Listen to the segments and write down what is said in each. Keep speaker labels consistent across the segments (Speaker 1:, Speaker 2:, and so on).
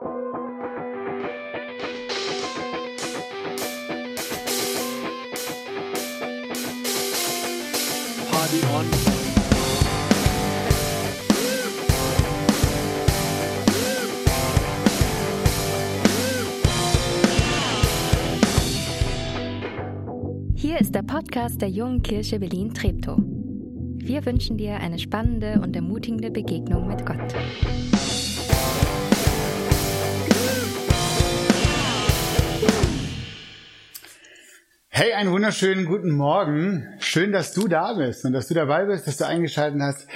Speaker 1: Party on.
Speaker 2: Hier ist der Podcast der Jungen Kirche Berlin-Treptow. Wir wünschen dir eine spannende und ermutigende Begegnung mit Gott.
Speaker 3: Hey, einen wunderschönen guten Morgen. Schön, dass du da bist und dass du dabei bist, dass du eingeschaltet hast.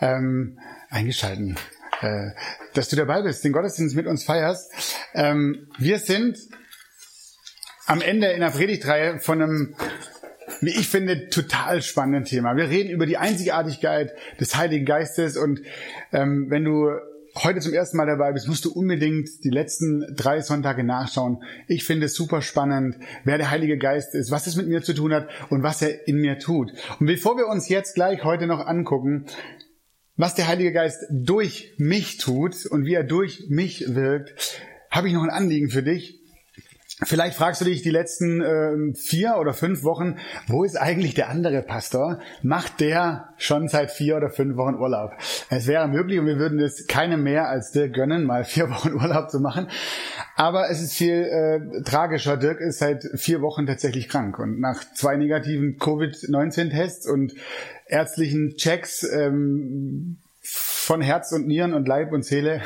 Speaker 3: Dass du dabei bist, den Gottesdienst mit uns feierst. Wir sind am Ende in der Predigtreihe von einem, wie ich finde, total spannenden Thema. Wir reden über die Einzigartigkeit des Heiligen Geistes und wenn du heute zum ersten Mal dabei bist, musst du unbedingt die letzten 3 Sonntage nachschauen. Ich finde es super spannend, wer der Heilige Geist ist, was es mit mir zu tun hat und was er in mir tut. Und bevor wir uns jetzt gleich heute noch angucken, was der Heilige Geist durch mich tut und wie er durch mich wirkt, habe ich noch ein Anliegen für dich. Vielleicht fragst du dich die letzten 4 oder 5 Wochen, wo ist eigentlich der andere Pastor? Macht der schon seit 4 oder 5 Wochen Urlaub? Es wäre möglich und wir würden es keinem mehr als Dirk gönnen, mal 4 Wochen Urlaub zu machen. Aber es ist viel tragischer. Dirk ist seit 4 Wochen tatsächlich krank und nach 2 negativen Covid-19-Tests und ärztlichen Checks von Herz und Nieren und Leib und Seele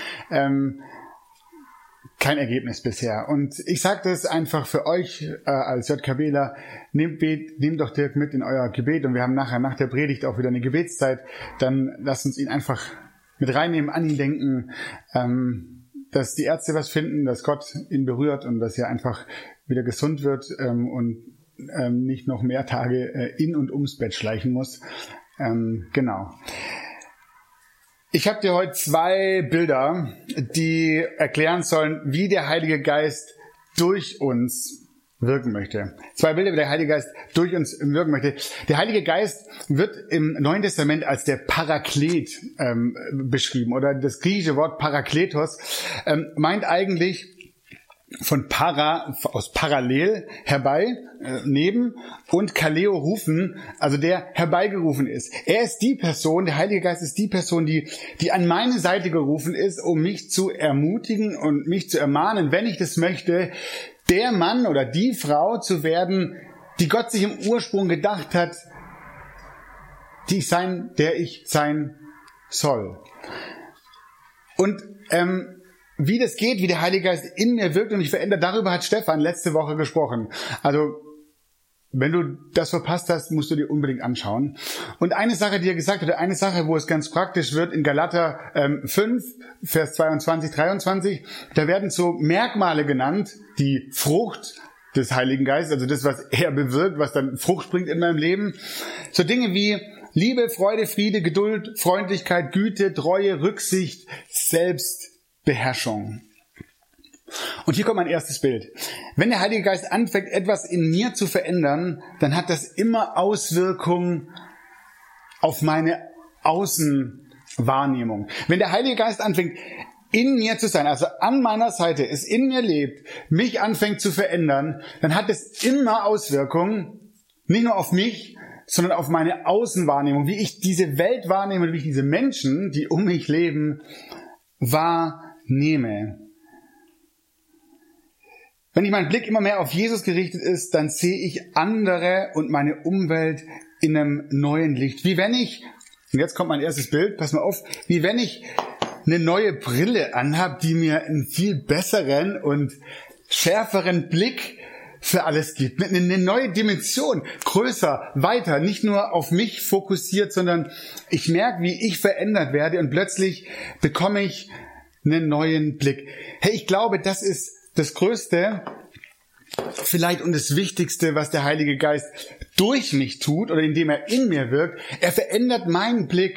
Speaker 3: kein Ergebnis bisher. Und ich sage das einfach für euch als JKBler, nehmt doch Dirk mit in euer Gebet und wir haben nachher nach der Predigt auch wieder eine Gebetszeit. Dann lasst uns ihn einfach mit reinnehmen, an ihn denken, dass die Ärzte was finden, dass Gott ihn berührt und dass er einfach wieder gesund wird und nicht noch mehr Tage in und ums Bett schleichen muss. Genau. Ich habe dir heute 2 Bilder, die erklären sollen, wie der Heilige Geist durch uns wirken möchte. 2 Bilder, wie der Heilige Geist durch uns wirken möchte. Der Heilige Geist wird im Neuen Testament als der Paraklet beschrieben. Oder das griechische Wort Parakletos meint eigentlich von aus parallel herbei, neben und Kaleo rufen, also der herbeigerufen ist. Er ist die Person, der Heilige Geist ist die Person, die an meine Seite gerufen ist, um mich zu ermutigen und mich zu ermahnen, wenn ich das möchte, der Mann oder die Frau zu werden, die Gott sich im Ursprung gedacht hat, der ich sein soll. Und wie das geht, wie der Heilige Geist in mir wirkt und mich verändert, darüber hat Stefan letzte Woche gesprochen. Also, wenn du das verpasst hast, musst du dir unbedingt anschauen. Und eine Sache, die er gesagt hat, eine Sache, wo es ganz praktisch wird, in Galater 5, Vers 22, 23, da werden so Merkmale genannt, die Frucht des Heiligen Geistes, also das, was er bewirkt, was dann Frucht bringt in meinem Leben. So Dinge wie Liebe, Freude, Friede, Geduld, Freundlichkeit, Güte, Treue, Rücksicht, Selbstbeherrschung. Und hier kommt mein erstes Bild. Wenn der Heilige Geist anfängt, etwas in mir zu verändern, dann hat das immer Auswirkungen auf meine Außenwahrnehmung. Wenn der Heilige Geist anfängt, in mir zu sein, also an meiner Seite, es in mir lebt, mich anfängt zu verändern, dann hat es immer Auswirkungen, nicht nur auf mich, sondern auf meine Außenwahrnehmung, wie ich diese Welt wahrnehme, wie ich diese Menschen, die um mich leben, wahrnehme. Wenn mein Blick immer mehr auf Jesus gerichtet ist, dann sehe ich andere und meine Umwelt in einem neuen Licht. Wie wenn ich, und jetzt kommt mein erstes Bild, pass mal auf, wie wenn ich eine neue Brille anhab, die mir einen viel besseren und schärferen Blick für alles gibt. Eine neue Dimension, größer, weiter, nicht nur auf mich fokussiert, sondern ich merke, wie ich verändert werde und plötzlich bekomme ich einen neuen Blick. Hey, ich glaube, das ist das Größte, vielleicht und das Wichtigste, was der Heilige Geist durch mich tut oder indem er in mir wirkt. Er verändert meinen Blick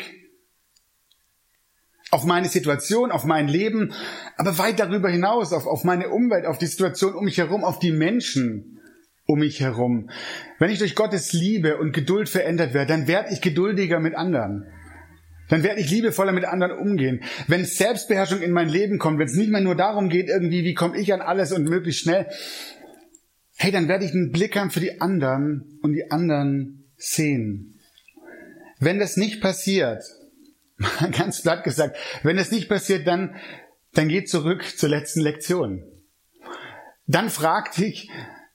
Speaker 3: auf meine Situation, auf mein Leben, aber weit darüber hinaus, auf meine Umwelt, auf die Situation um mich herum, auf die Menschen um mich herum. Wenn ich durch Gottes Liebe und Geduld verändert werde, dann werde ich geduldiger mit anderen. Dann werde ich liebevoller mit anderen umgehen. Wenn Selbstbeherrschung in mein Leben kommt, wenn es nicht mehr nur darum geht, irgendwie, wie komme ich an alles und möglichst schnell, hey, dann werde ich einen Blick haben für die anderen und die anderen sehen. Wenn das nicht passiert, ganz platt gesagt, wenn das nicht passiert, dann geht zurück zur letzten Lektion. Dann frag dich,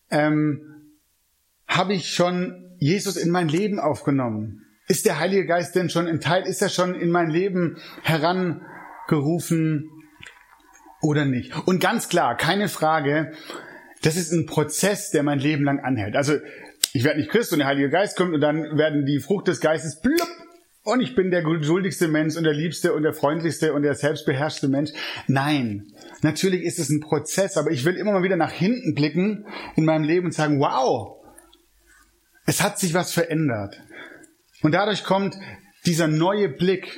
Speaker 3: habe ich schon Jesus in mein Leben aufgenommen? Ist der Heilige Geist denn schon ein Teil? Ist er schon in mein Leben herangerufen oder nicht? Und ganz klar, keine Frage, das ist ein Prozess, der mein Leben lang anhält. Also ich werde nicht Christ und der Heilige Geist kommt und dann werden die Frucht des Geistes plupp und ich bin der geduldigste Mensch und der liebste und der freundlichste und der selbstbeherrschte Mensch. Nein, natürlich ist es ein Prozess, aber ich will immer mal wieder nach hinten blicken in meinem Leben und sagen, wow, es hat sich was verändert. Und dadurch kommt dieser neue Blick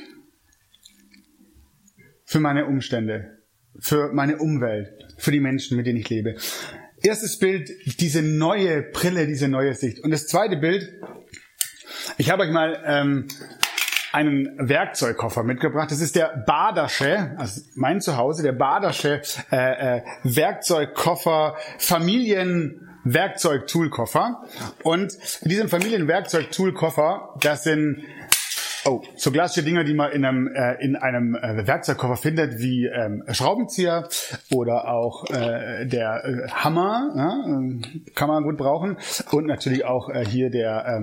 Speaker 3: für meine Umstände, für meine Umwelt, für die Menschen, mit denen ich lebe. Erstes Bild, diese neue Brille, diese neue Sicht. Und das zweite Bild, ich habe euch mal einen Werkzeugkoffer mitgebracht. Das ist der Badersche, also mein Zuhause, der Badersche Werkzeugkoffer, Familienwerkzeug-Toolkoffer. Und in diesem Familienwerkzeug-Toolkoffer, das sind so klassische Dinge, die man in einem Werkzeugkoffer findet, wie Schraubenzieher oder auch der Hammer, ja, kann man gut brauchen. Und natürlich auch hier der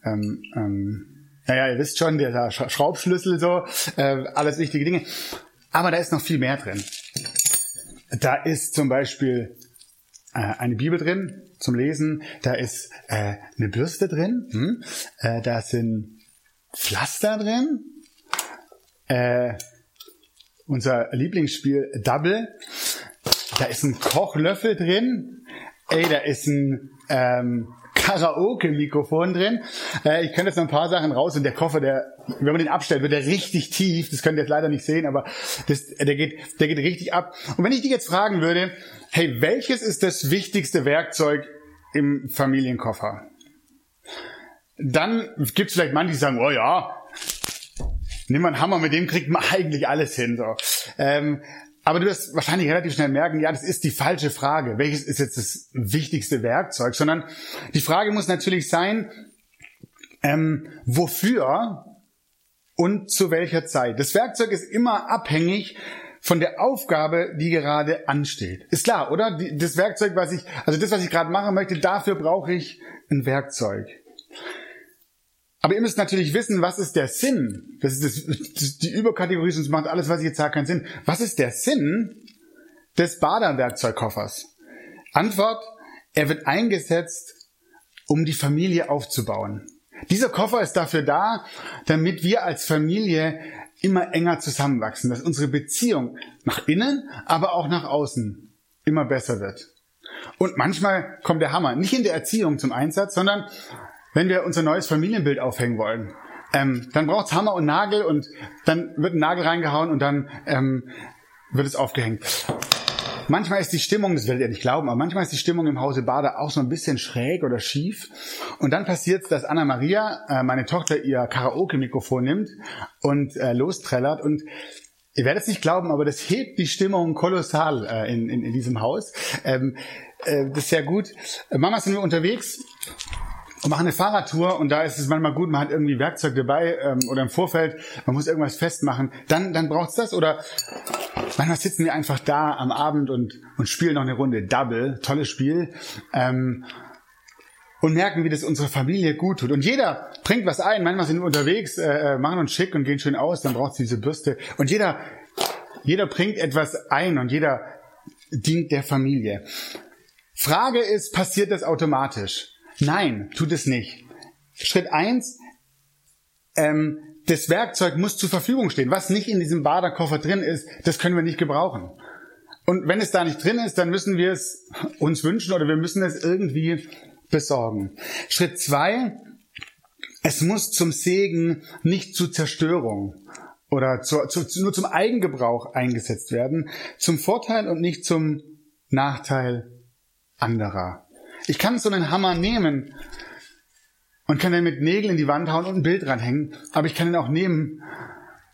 Speaker 3: ihr wisst schon, der Schraubschlüssel, so, alles wichtige Dinge. Aber da ist noch viel mehr drin. Da ist zum Beispiel eine Bibel drin zum Lesen, da ist eine Bürste drin, da sind Pflaster drin, unser Lieblingsspiel Double, da ist ein Kochlöffel drin, da ist ein Karaoke-Mikrofon drin. Ich könnte jetzt noch ein paar Sachen raus und der Koffer, wenn man den abstellt, wird der richtig tief. Das könnt ihr jetzt leider nicht sehen, aber der geht richtig ab. Und wenn ich dich jetzt fragen würde, hey, welches ist das wichtigste Werkzeug im Familienkoffer? Dann gibt es vielleicht manche, die sagen, oh ja, nimm mal einen Hammer, mit dem kriegt man eigentlich alles hin. So. Aber du wirst wahrscheinlich relativ schnell merken, ja, das ist die falsche Frage. Welches ist jetzt das wichtigste Werkzeug? Sondern die Frage muss natürlich sein, wofür und zu welcher Zeit. Das Werkzeug ist immer abhängig von der Aufgabe, die gerade ansteht. Ist klar, oder? Das Werkzeug, was ich gerade machen möchte, dafür brauche ich ein Werkzeug. Aber ihr müsst natürlich wissen, was ist der Sinn? Das ist die Überkategorie, sonst macht alles, was ich jetzt sage, keinen Sinn. Was ist der Sinn des Baderwerkzeugkoffers? Antwort, er wird eingesetzt, um die Familie aufzubauen. Dieser Koffer ist dafür da, damit wir als Familie immer enger zusammenwachsen, dass unsere Beziehung nach innen, aber auch nach außen immer besser wird. Und manchmal kommt der Hammer nicht in der Erziehung zum Einsatz, sondern wenn wir unser neues Familienbild aufhängen wollen, dann braucht's Hammer und Nagel und dann wird ein Nagel reingehauen und dann wird es aufgehängt. Manchmal ist die Stimmung, das werdet ihr nicht glauben, aber manchmal ist die Stimmung im Hause Bader auch so ein bisschen schräg oder schief. Und dann passiert es, dass Anna-Maria, meine Tochter, ihr Karaoke-Mikrofon nimmt und lostrellert. Und ihr werdet es nicht glauben, aber das hebt die Stimmung kolossal in diesem Haus. Das ist sehr gut. Mama, sind wir unterwegs und machen eine Fahrradtour und da ist es manchmal gut, man hat irgendwie Werkzeug dabei oder im Vorfeld, man muss irgendwas festmachen, dann braucht's das oder manchmal sitzen wir einfach da am Abend und spielen noch eine Runde Double, tolles Spiel und merken, wie das unserer Familie gut tut. Und jeder bringt was ein, manchmal sind wir unterwegs, machen uns schick und gehen schön aus, dann braucht's diese Bürste und jeder bringt etwas ein und jeder dient der Familie. Frage ist, passiert das automatisch? Nein, tut es nicht. Schritt 1, das Werkzeug muss zur Verfügung stehen. Was nicht in diesem Baderkoffer drin ist, das können wir nicht gebrauchen. Und wenn es da nicht drin ist, dann müssen wir es uns wünschen oder wir müssen es irgendwie besorgen. Schritt 2, es muss zum Segen, nicht zur Zerstörung oder nur zum Eigengebrauch eingesetzt werden, zum Vorteil und nicht zum Nachteil anderer. Ich kann so einen Hammer nehmen und kann dann mit Nägeln in die Wand hauen und ein Bild dranhängen, aber ich kann ihn auch nehmen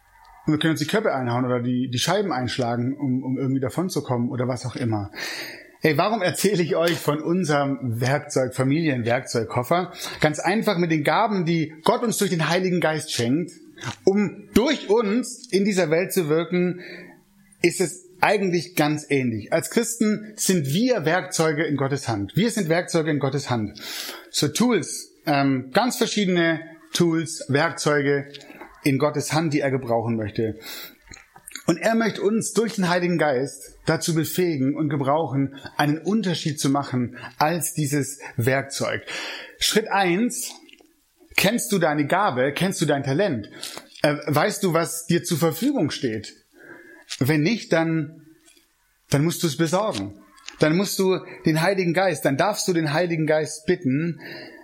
Speaker 3: Und wir können uns die Köpfe einhauen oder die Scheiben einschlagen, um irgendwie davon zu kommen oder was auch immer. Hey, warum erzähle ich euch von unserem Familienwerkzeugkoffer? Ganz einfach mit den Gaben, die Gott uns durch den Heiligen Geist schenkt, um durch uns in dieser Welt zu wirken, ist es eigentlich ganz ähnlich. Als Christen sind wir Werkzeuge in Gottes Hand. Wir sind Werkzeuge in Gottes Hand. So Tools, ganz verschiedene Tools, Werkzeuge in Gottes Hand, die er gebrauchen möchte. Und er möchte uns durch den Heiligen Geist dazu befähigen und gebrauchen, einen Unterschied zu machen als dieses Werkzeug. Schritt 1, kennst du deine Gabe, kennst du dein Talent? Weißt du, was dir zur Verfügung steht? Wenn nicht, dann musst du es besorgen. Dann musst du den Heiligen Geist, dann darfst du den Heiligen Geist bitten,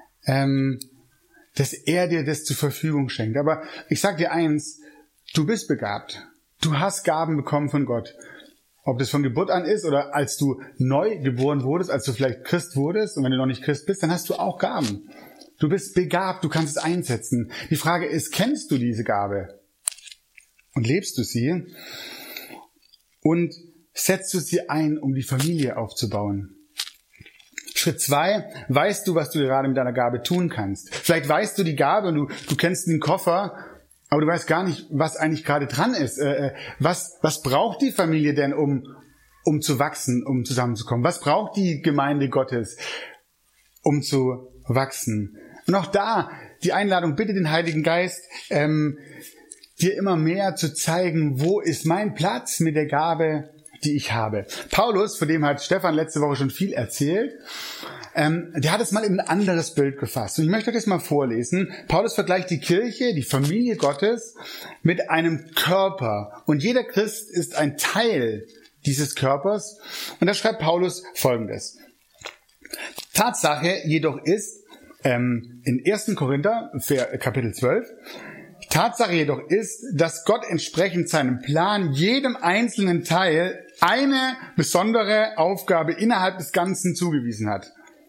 Speaker 3: dass er dir das zur Verfügung schenkt. Aber ich sag dir eins, du bist begabt. Du hast Gaben bekommen von Gott. Ob das von Geburt an ist oder als du neu geboren wurdest, als du vielleicht Christ wurdest und wenn du noch nicht Christ bist, dann hast du auch Gaben. Du bist begabt, du kannst es einsetzen. Die Frage ist, kennst du diese Gabe? Und lebst du sie? Und setzt du sie ein, um die Familie aufzubauen? Schritt 2, weißt du, was du gerade mit deiner Gabe tun kannst? Vielleicht weißt du die Gabe und du kennst den Koffer, aber du weißt gar nicht, was eigentlich gerade dran ist. Was braucht die Familie denn, um zu wachsen, um zusammenzukommen? Was braucht die Gemeinde Gottes, um zu wachsen? Und auch da die Einladung, bitte den Heiligen Geist, dir immer mehr zu zeigen, wo ist mein Platz mit der Gabe, die ich habe. Paulus, von dem hat Stefan letzte Woche schon viel erzählt, der hat es mal in ein anderes Bild gefasst. Und ich möchte euch das mal vorlesen. Paulus vergleicht die Kirche, die Familie Gottes, mit einem Körper. Und jeder Christ ist ein Teil dieses Körpers. Und da schreibt Paulus Folgendes. Tatsache jedoch ist, in 1. Korinther, Kapitel 12, Tatsache jedoch ist, dass Gott entsprechend seinem Plan jedem einzelnen Teil eine besondere Aufgabe innerhalb des Ganzen zugewiesen hat.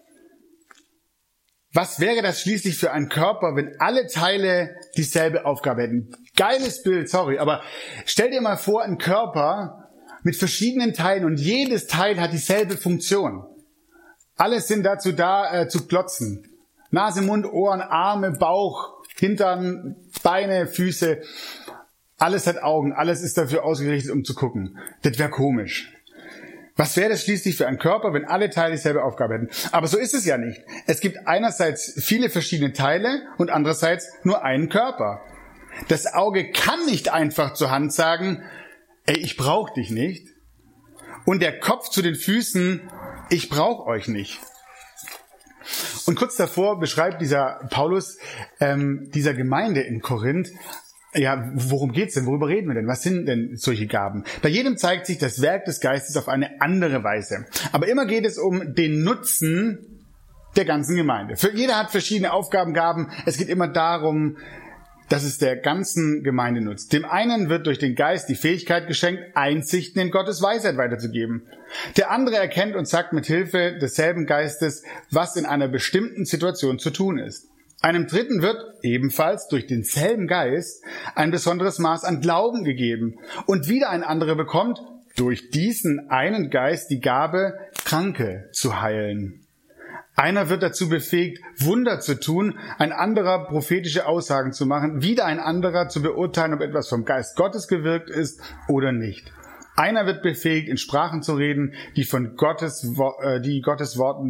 Speaker 3: Was wäre das schließlich für ein Körper, wenn alle Teile dieselbe Aufgabe hätten? Geiles Bild, sorry, aber stell dir mal vor, ein Körper mit verschiedenen Teilen und jedes Teil hat dieselbe Funktion. Alles sind dazu da, zu klotzen. Nase, Mund, Ohren, Arme, Bauch, Hintern, Beine, Füße. Alles hat Augen, alles ist dafür ausgerichtet, um zu gucken. Das wäre komisch. Was wäre das schließlich für ein Körper, wenn alle Teile dieselbe Aufgabe hätten? Aber so ist es ja nicht. Es gibt einerseits viele verschiedene Teile und andererseits nur einen Körper. Das Auge kann nicht einfach zur Hand sagen, ey, ich brauche dich nicht. Und der Kopf zu den Füßen, ich brauche euch nicht. Und kurz davor beschreibt dieser Paulus dieser Gemeinde in Korinth, ja, worum geht's denn? Worüber reden wir denn? Was sind denn solche Gaben? Bei jedem zeigt sich das Werk des Geistes auf eine andere Weise. Aber immer geht es um den Nutzen der ganzen Gemeinde. Jeder hat verschiedene Aufgabengaben. Es geht immer darum, dass es der ganzen Gemeinde nutzt. Dem einen wird durch den Geist die Fähigkeit geschenkt, Einsichten in Gottes Weisheit weiterzugeben. Der andere erkennt und sagt mit Hilfe desselben Geistes, was in einer bestimmten Situation zu tun ist. Einem Dritten wird ebenfalls durch denselben Geist ein besonderes Maß an Glauben gegeben. Und wieder ein anderer bekommt durch diesen einen Geist die Gabe, Kranke zu heilen. Einer wird dazu befähigt, Wunder zu tun, ein anderer prophetische Aussagen zu machen, wieder ein anderer zu beurteilen, ob etwas vom Geist Gottes gewirkt ist oder nicht. Einer wird befähigt, in Sprachen zu reden, die Gottes Worten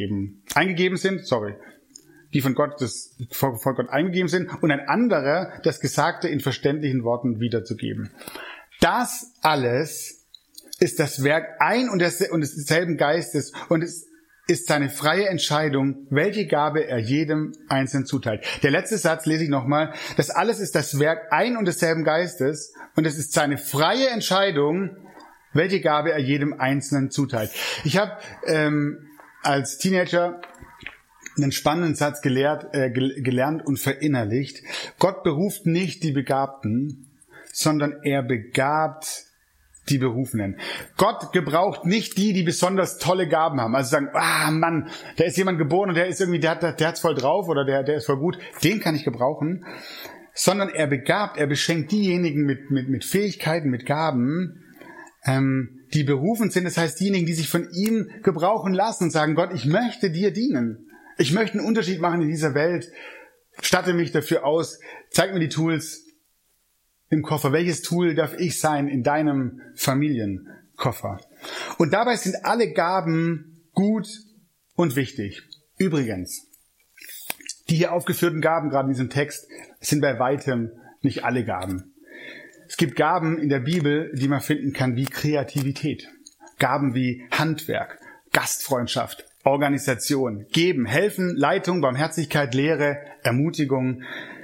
Speaker 3: die von Gott eingegeben sind, und ein anderer das Gesagte in verständlichen Worten wiederzugeben. Das alles ist das Werk ein und desselben Geistes, und es ist seine freie Entscheidung, welche Gabe er jedem Einzelnen zuteilt. Der letzte Satz lese ich nochmal. Das alles ist das Werk ein und desselben Geistes, und es ist seine freie Entscheidung, welche Gabe er jedem Einzelnen zuteilt. Ich habe als Teenager einen spannenden Satz gelernt und verinnerlicht. Gott beruft nicht die Begabten, sondern er begabt die Berufenen. Gott gebraucht nicht die besonders tolle Gaben haben. Also sagen, Mann, da ist jemand geboren und der hat's voll drauf oder der ist voll gut. Den kann ich gebrauchen. sondern er beschenkt diejenigen mit Fähigkeiten, mit Gaben, die berufen sind. Das heißt, diejenigen, die sich von ihm gebrauchen lassen und sagen, Gott, ich möchte dir dienen. Ich möchte einen Unterschied machen in dieser Welt. Statte mich dafür aus. Zeig mir die Tools im Koffer. Welches Tool darf ich sein in deinem Familienkoffer? Und dabei sind alle Gaben gut und wichtig. Übrigens, die hier aufgeführten Gaben, gerade in diesem Text, sind bei weitem nicht alle Gaben. Es gibt Gaben in der Bibel, die man finden kann wie Kreativität. Gaben wie Handwerk, Gastfreundschaft, Organisation, Geben, Helfen, Leitung, Barmherzigkeit, Lehre, Ermutigung.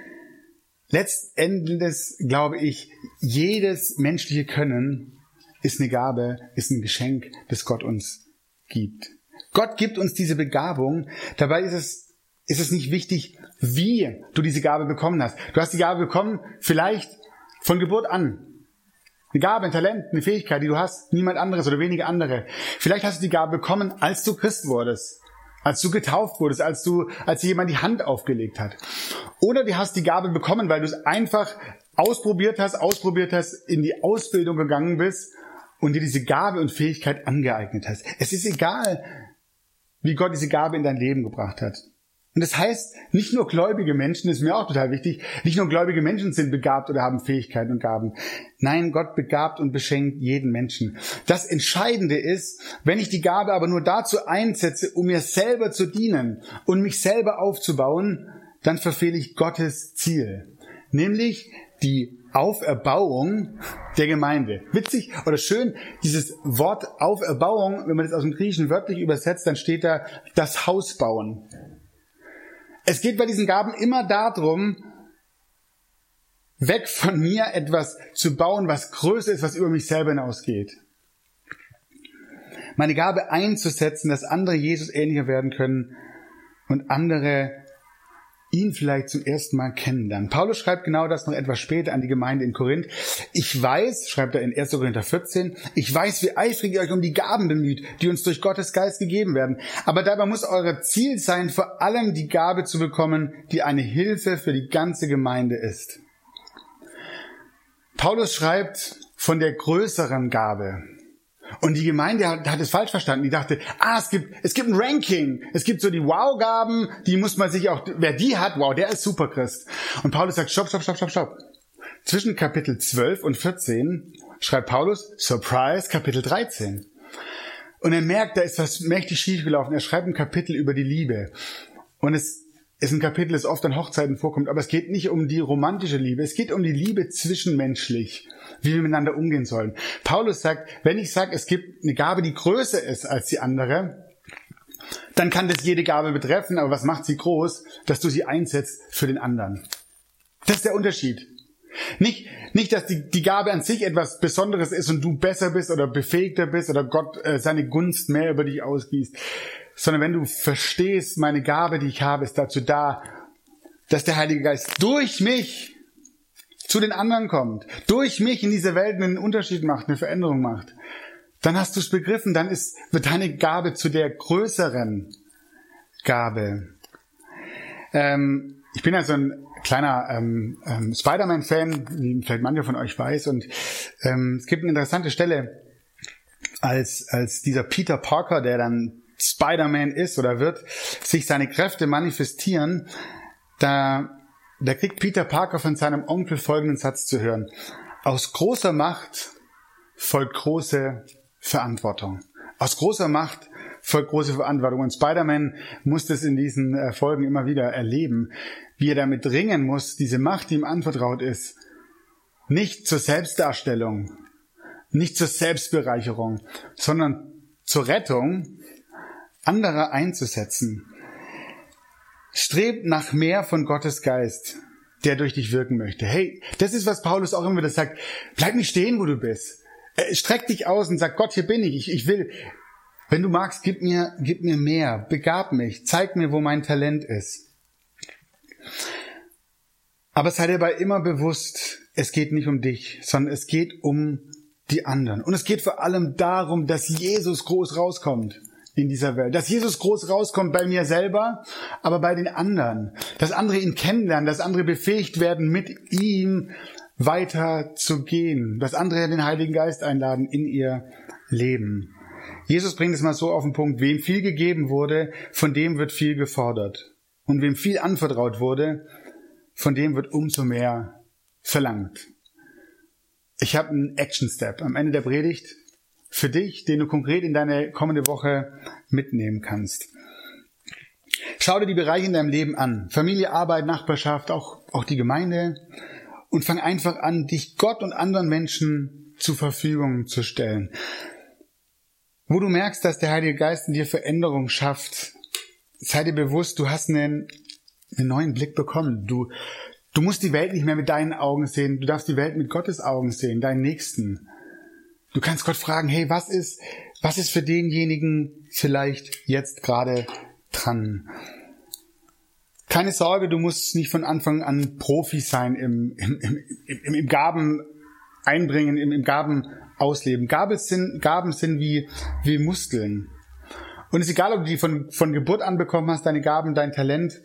Speaker 3: Letztendlich glaube ich, jedes menschliche Können ist eine Gabe, ist ein Geschenk, das Gott uns gibt. Gott gibt uns diese Begabung. Dabei ist es nicht wichtig, wie du diese Gabe bekommen hast. Du hast die Gabe bekommen, vielleicht von Geburt an. Eine Gabe, ein Talent, eine Fähigkeit, die du hast, niemand anderes oder wenige andere. Vielleicht hast du die Gabe bekommen, als du Christ wurdest, als du getauft wurdest, als dir jemand die Hand aufgelegt hat. Oder du hast die Gabe bekommen, weil du es einfach ausprobiert hast, in die Ausbildung gegangen bist und dir diese Gabe und Fähigkeit angeeignet hast. Es ist egal, wie Gott diese Gabe in dein Leben gebracht hat. Und das heißt, nicht nur gläubige Menschen, das ist mir auch total wichtig, nicht nur gläubige Menschen sind begabt oder haben Fähigkeiten und Gaben. Nein, Gott begabt und beschenkt jeden Menschen. Das Entscheidende ist, wenn ich die Gabe aber nur dazu einsetze, um mir selber zu dienen und mich selber aufzubauen, dann verfehle ich Gottes Ziel. Nämlich die Auferbauung der Gemeinde. Witzig oder schön, dieses Wort Auferbauung, wenn man das aus dem Griechischen wörtlich übersetzt, dann steht da das Haus bauen. Es geht bei diesen Gaben immer darum, weg von mir etwas zu bauen, was größer ist, was über mich selber hinausgeht. Meine Gabe einzusetzen, dass andere Jesus ähnlicher werden können und andere ihn vielleicht zum ersten Mal kennenlernen. Paulus schreibt genau das noch etwas später an die Gemeinde in Korinth. Ich weiß, schreibt er in 1. Korinther 14, ich weiß, wie eifrig ihr euch um die Gaben bemüht, die uns durch Gottes Geist gegeben werden. Aber dabei muss euer Ziel sein, vor allem die Gabe zu bekommen, die eine Hilfe für die ganze Gemeinde ist. Paulus schreibt von der größeren Gabe. Und die Gemeinde hat es falsch verstanden. Die dachte, es gibt ein Ranking. Es gibt so die Wow-Gaben, die muss man sich auch, wer die hat, wow, der ist Superchrist. Und Paulus sagt, stopp. Zwischen Kapitel 12 und 14 schreibt Paulus, Surprise, Kapitel 13. Und er merkt, da ist was mächtig schiefgelaufen. Er schreibt ein Kapitel über die Liebe. Und es ist ein Kapitel, das oft an Hochzeiten vorkommt, aber es geht nicht um die romantische Liebe. Es geht um die Liebe zwischenmenschlich, wie wir miteinander umgehen sollen. Paulus sagt, wenn ich sage, es gibt eine Gabe, die größer ist als die andere, dann kann das jede Gabe betreffen, aber was macht sie groß? Dass du sie einsetzt für den anderen. Das ist der Unterschied. Nicht, dass die Gabe an sich etwas Besonderes ist und du besser bist oder befähigter bist oder Gott seine Gunst mehr über dich ausgießt, sondern wenn du verstehst, meine Gabe, die ich habe, ist dazu da, dass der Heilige Geist durch mich zu den anderen kommt, durch mich in dieser Welt einen Unterschied macht, eine Veränderung macht, dann hast du es begriffen, dann wird deine Gabe zu der größeren Gabe. Ich bin ja so ein kleiner Spider-Man-Fan, wie vielleicht mancher von euch weiß, und es gibt eine interessante Stelle, als dieser Peter Parker, der dann Spider-Man ist oder wird, sich seine Kräfte manifestieren, da kriegt Peter Parker von seinem Onkel folgenden Satz zu hören. Aus großer Macht folgt große Verantwortung. Aus großer Macht folgt große Verantwortung. Und Spider-Man muss das in diesen Folgen immer wieder erleben, wie er damit ringen muss, diese Macht, die ihm anvertraut ist, nicht zur Selbstdarstellung, nicht zur Selbstbereicherung, sondern zur Rettung anderer einzusetzen. Strebt nach mehr von Gottes Geist, der durch dich wirken möchte. Hey, das ist, was Paulus auch immer wieder sagt. Bleib nicht stehen, wo du bist. Streck dich aus und sag, Gott, hier bin ich. Ich will, wenn du magst, gib mir mehr. Begab mich. Zeig mir, wo mein Talent ist. Aber sei dir dabei immer bewusst, es geht nicht um dich, sondern es geht um die anderen. Und es geht vor allem darum, dass Jesus groß rauskommt. in dieser Welt. Dass Jesus groß rauskommt bei mir selber, aber bei den anderen. Dass andere ihn kennenlernen, dass andere befähigt werden, mit ihm weiter zu gehen. Dass andere den Heiligen Geist einladen in ihr Leben. Jesus bringt es mal so auf den Punkt: Wem viel gegeben wurde, von dem wird viel gefordert. Und wem viel anvertraut wurde, von dem wird umso mehr verlangt. Ich habe einen Action-Step am Ende der Predigt für dich, den du konkret in deine kommende Woche mitnehmen kannst. Schau dir die Bereiche in deinem Leben an. Familie, Arbeit, Nachbarschaft, auch die Gemeinde. Und fang einfach an, dich Gott und anderen Menschen zur Verfügung zu stellen. Wo du merkst, dass der Heilige Geist in dir Veränderung schafft, sei dir bewusst, du hast einen neuen Blick bekommen. Du musst die Welt nicht mehr mit deinen Augen sehen, du darfst die Welt mit Gottes Augen sehen, deinen Nächsten. Du kannst Gott fragen, hey, was ist für denjenigen vielleicht jetzt gerade dran? Keine Sorge, du musst nicht von Anfang an Profi sein im Gaben einbringen, im Gaben ausleben. Gaben sind wie Muskeln. Und es ist egal, ob du die von Geburt an bekommen hast, deine Gaben, dein Talent,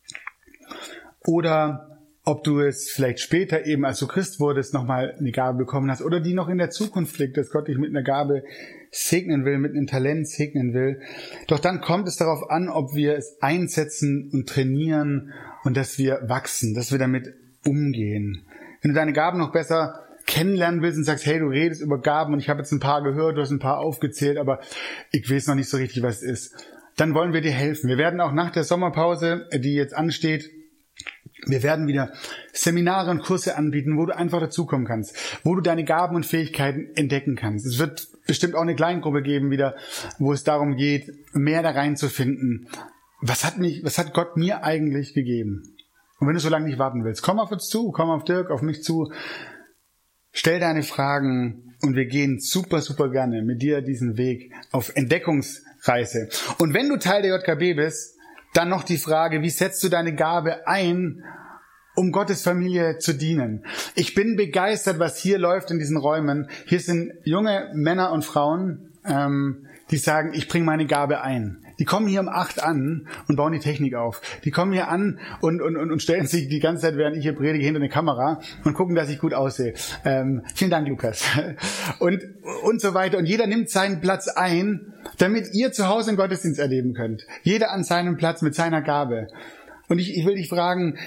Speaker 3: oder ob du es vielleicht später eben, als du Christ wurdest, nochmal eine Gabe bekommen hast oder die noch in der Zukunft liegt, dass Gott dich mit einer Gabe segnen will, mit einem Talent segnen will. Doch dann kommt es darauf an, ob wir es einsetzen und trainieren und dass wir wachsen, dass wir damit umgehen. Wenn du deine Gaben noch besser kennenlernen willst und sagst, hey, du redest über Gaben und ich habe jetzt ein paar gehört, du hast ein paar aufgezählt, aber ich weiß noch nicht so richtig, was es ist, dann wollen wir dir helfen. Wir werden auch nach der Sommerpause, die jetzt ansteht, wir werden wieder Seminare und Kurse anbieten, wo du einfach dazukommen kannst, wo du deine Gaben und Fähigkeiten entdecken kannst. Es wird bestimmt auch eine Kleingruppe geben wieder, wo es darum geht, mehr da reinzufinden. Was hat Gott mir eigentlich gegeben? Und wenn du so lange nicht warten willst, komm auf uns zu, komm auf Dirk, auf mich zu, stell deine Fragen und wir gehen super, super gerne mit dir diesen Weg auf Entdeckungsreise. Und wenn du Teil der JKB bist, dann noch die Frage, wie setzt du deine Gabe ein, um Gottes Familie zu dienen? Ich bin begeistert, was hier läuft in diesen Räumen. Hier sind junge Männer und Frauen, die sagen, ich bringe meine Gabe ein. Die kommen hier um 8 an und bauen die Technik auf. Die kommen hier an und stellen sich die ganze Zeit, während ich hier predige, hinter eine Kamera und gucken, dass ich gut aussehe. Vielen Dank, Lukas. Und so weiter. Und jeder nimmt seinen Platz ein, damit ihr zu Hause einen Gottesdienst erleben könnt. Jeder an seinem Platz mit seiner Gabe. Und ich will dich fragen,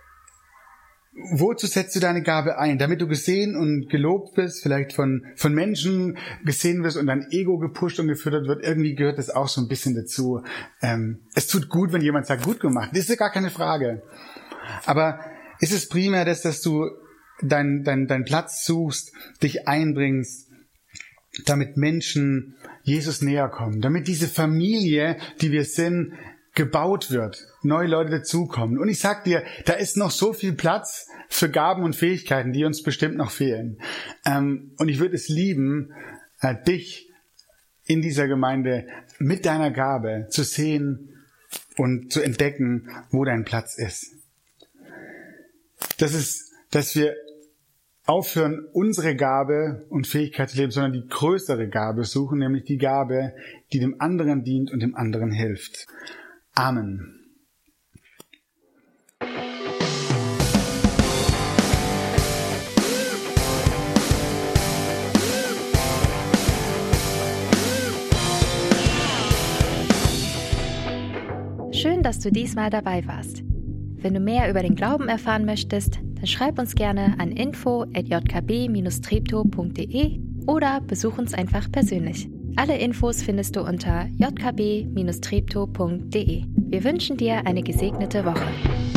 Speaker 3: wozu setzt du deine Gabe ein? Damit du gesehen und gelobt bist, vielleicht von Menschen gesehen wirst und dein Ego gepusht und gefüttert wird. Irgendwie gehört das auch so ein bisschen dazu. Es tut gut, wenn jemand sagt, gut gemacht. Das ist ja gar keine Frage. Aber ist es primär das, dass du deinen Platz suchst, dich einbringst, damit Menschen Jesus näher kommen, damit diese Familie, die wir sind, gebaut wird, neue Leute dazukommen. Und ich sag dir, da ist noch so viel Platz für Gaben und Fähigkeiten, die uns bestimmt noch fehlen. Und ich würde es lieben, dich in dieser Gemeinde mit deiner Gabe zu sehen und zu entdecken, wo dein Platz ist. Das ist, dass wir aufhören, unsere Gabe und Fähigkeit zu leben, sondern die größere Gabe suchen, nämlich die Gabe, die dem anderen dient und dem anderen hilft. Amen.
Speaker 2: Schön, dass du diesmal dabei warst. Wenn du mehr über den Glauben erfahren möchtest, dann schreib uns gerne an info@jkb-treptow.de oder besuch uns einfach persönlich. Alle Infos findest du unter jkb-treptow.de. Wir wünschen dir eine gesegnete Woche.